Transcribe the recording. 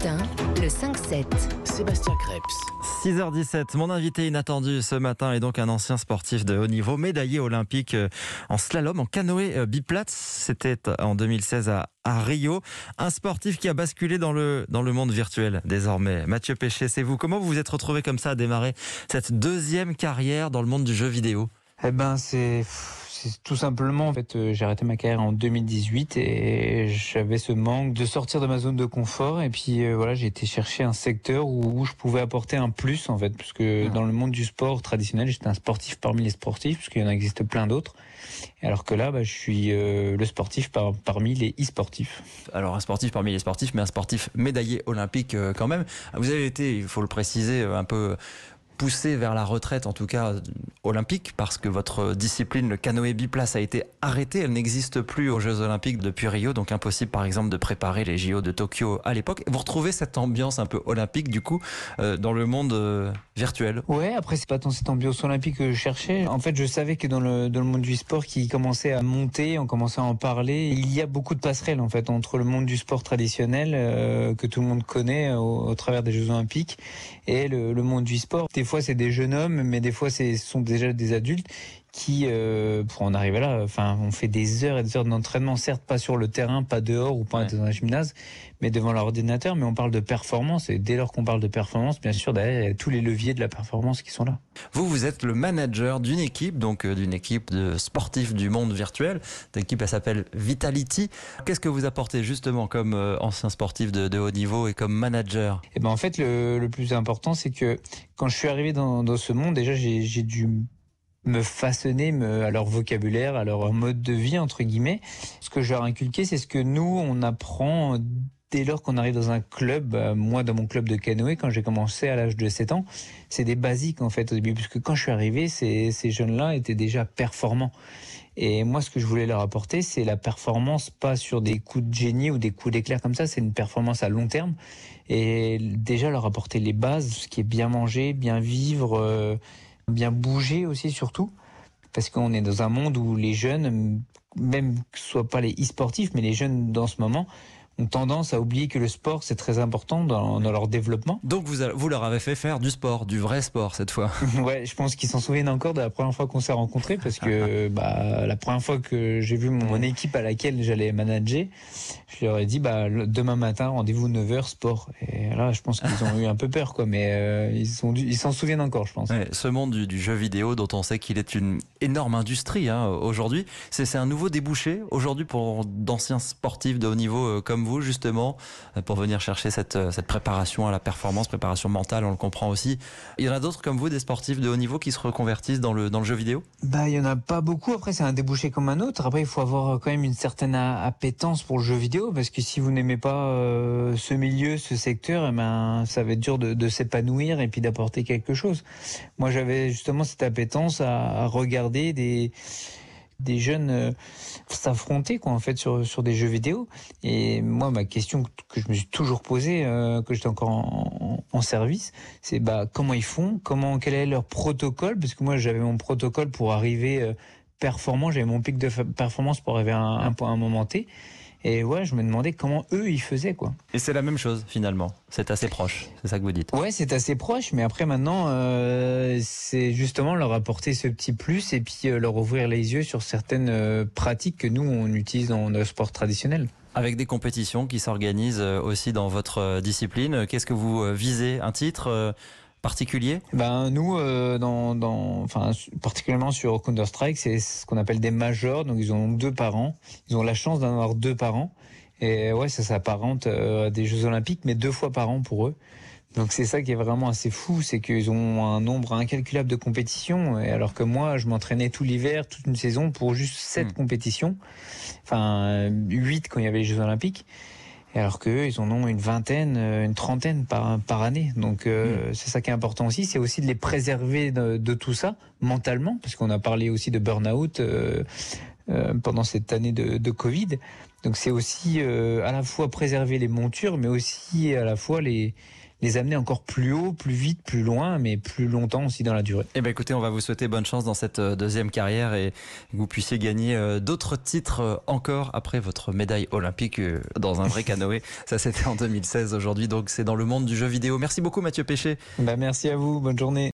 matin, le 5-7. Sébastien Krebs. 6h17, mon invité inattendu ce matin est donc un ancien sportif de haut niveau, médaillé olympique en slalom, en canoë biplace. C'était en 2016 à Rio. Un sportif qui a basculé dans le monde virtuel désormais. Mathieu Péché, c'est vous. Comment vous vous êtes retrouvé comme ça à démarrer cette deuxième carrière dans le monde du jeu vidéo ? Eh ben, c'est tout simplement, en fait, j'ai arrêté ma carrière en 2018 et j'avais ce manque de sortir de ma zone de confort. Et puis voilà, j'ai été chercher un secteur où je pouvais apporter un plus, en fait, parce que dans le monde du sport traditionnel, j'étais un sportif parmi les sportifs, parce qu'il y en existe plein d'autres. Alors que là, je suis le sportif parmi les e-sportifs. Alors un sportif parmi les sportifs, mais un sportif médaillé olympique quand même. Vous avez été, il faut le préciser, un peu poussé vers la retraite, en tout cas olympique, parce que votre discipline, le canoë biplace, a été arrêtée. Elle n'existe plus aux Jeux Olympiques depuis Rio, donc impossible par exemple de préparer les JO de Tokyo à l'époque. Vous retrouvez cette ambiance un peu olympique du coup dans le monde virtuel? Ouais, après c'est pas tant cette ambiance olympique que je cherchais. En fait, je savais que dans le monde du sport qui commençait à monter, on commençait à en parler. Il y a beaucoup de passerelles en fait entre le monde du sport traditionnel que tout le monde connaît au travers des Jeux Olympiques et le monde du sport. Des fois c'est des jeunes hommes, mais des fois ce sont déjà des adultes qui, pour en arriver là, on fait des heures et des heures d'entraînement, certes pas sur le terrain, pas dehors ou pas dans un gymnase, mais devant l'ordinateur. Mais on parle de performance, et dès lors qu'on parle de performance, bien sûr, derrière, il y a tous les leviers de la performance qui sont là. Vous êtes le manager d'une équipe, donc d'une équipe de sportifs du monde virtuel. Cette équipe, elle s'appelle Vitality. Qu'est-ce que vous apportez justement comme ancien sportif de haut niveau et comme manager? Et ben en fait, le plus important, c'est que quand je suis arrivé dans ce monde, déjà, j'ai dû me façonner à leur vocabulaire, à leur mode de vie, entre guillemets. Ce que je leur ai inculqué, c'est ce que nous, on apprend dès lors qu'on arrive dans un club. Moi, dans mon club de canoë, quand j'ai commencé à l'âge de 7 ans, c'est des basiques, en fait, au début. Puisque quand je suis arrivé, ces jeunes-là étaient déjà performants. Et moi, ce que je voulais leur apporter, c'est la performance, pas sur des coups de génie ou des coups d'éclair comme ça, c'est une performance à long terme. Et déjà leur apporter les bases, ce qui est bien manger, bien vivre, bien bouger aussi surtout, parce qu'on est dans un monde où les jeunes, même que ce soit pas les e-sportifs, mais les jeunes dans ce moment, ont tendance à oublier que le sport, c'est très important dans leur développement. Donc vous leur avez fait faire du sport, du vrai sport cette fois. Ouais, je pense qu'ils s'en souviennent encore de la première fois qu'on s'est rencontrés, parce que la première fois que j'ai vu mon équipe à laquelle j'allais manager, je leur ai dit demain matin, rendez-vous 9h sport. Et là, je pense qu'ils ont eu un peu peur, quoi, mais ils s'en souviennent encore, je pense. Ouais, ce monde du jeu vidéo dont on sait qu'il est une énorme industrie aujourd'hui, c'est un nouveau débouché aujourd'hui pour d'anciens sportifs de haut niveau comme vous justement, pour venir chercher cette préparation à la performance, préparation mentale, on le comprend aussi. Il y en a d'autres comme vous, des sportifs de haut niveau qui se reconvertissent dans le jeu vidéo? Il y en a pas beaucoup. Après, c'est un débouché comme un autre. Après, il faut avoir quand même une certaine appétence pour le jeu vidéo, parce que si vous n'aimez pas ce milieu, ce secteur, ça va être dur de s'épanouir et puis d'apporter quelque chose. Moi, j'avais justement cette appétence à regarder des jeunes s'affronter en fait sur des jeux vidéo. Et moi, ma question que je me suis toujours posée, que j'étais encore en service, c'est comment ils font, quel est leur protocole, parce que moi j'avais mon protocole pour arriver performant, j'avais mon pic de performance pour arriver à un moment T. Et ouais, je me demandais comment eux, ils faisaient, quoi. Et c'est la même chose, finalement. C'est assez proche. C'est ça que vous dites. Ouais, c'est assez proche. Mais après, maintenant, c'est justement leur apporter ce petit plus et puis leur ouvrir les yeux sur certaines pratiques que nous, on utilise dans nos sports traditionnels. Avec des compétitions qui s'organisent aussi dans votre discipline. Qu'est-ce que vous visez? Un titre particulier? Nous, particulièrement sur Counter-Strike, c'est ce qu'on appelle des majors. Donc, ils ont 2 par an. Ils ont la chance d'en avoir 2 par an. Et ouais, ça s'apparente à des Jeux Olympiques, mais 2 fois par an pour eux. Donc, c'est ça qui est vraiment assez fou, c'est qu'ils ont un nombre incalculable de compétitions. Et alors que moi, je m'entraînais tout l'hiver, toute une saison pour juste 7 compétitions. 8 quand il y avait les Jeux Olympiques. Et alors qu'eux, ils en ont une vingtaine, une trentaine par année. Donc c'est ça qui est important aussi, c'est aussi de les préserver de tout ça mentalement, parce qu'on a parlé aussi de burn-out pendant cette année de Covid. Donc c'est aussi à la fois préserver les montures, mais aussi à la fois les les amener encore plus haut, plus vite, plus loin, mais plus longtemps aussi dans la durée. Eh bien écoutez, on va vous souhaiter bonne chance dans cette deuxième carrière et que vous puissiez gagner d'autres titres encore après votre médaille olympique dans un vrai canoë. Ça c'était en 2016, aujourd'hui donc c'est dans le monde du jeu vidéo. Merci beaucoup Mathieu Péché. Merci à vous, bonne journée.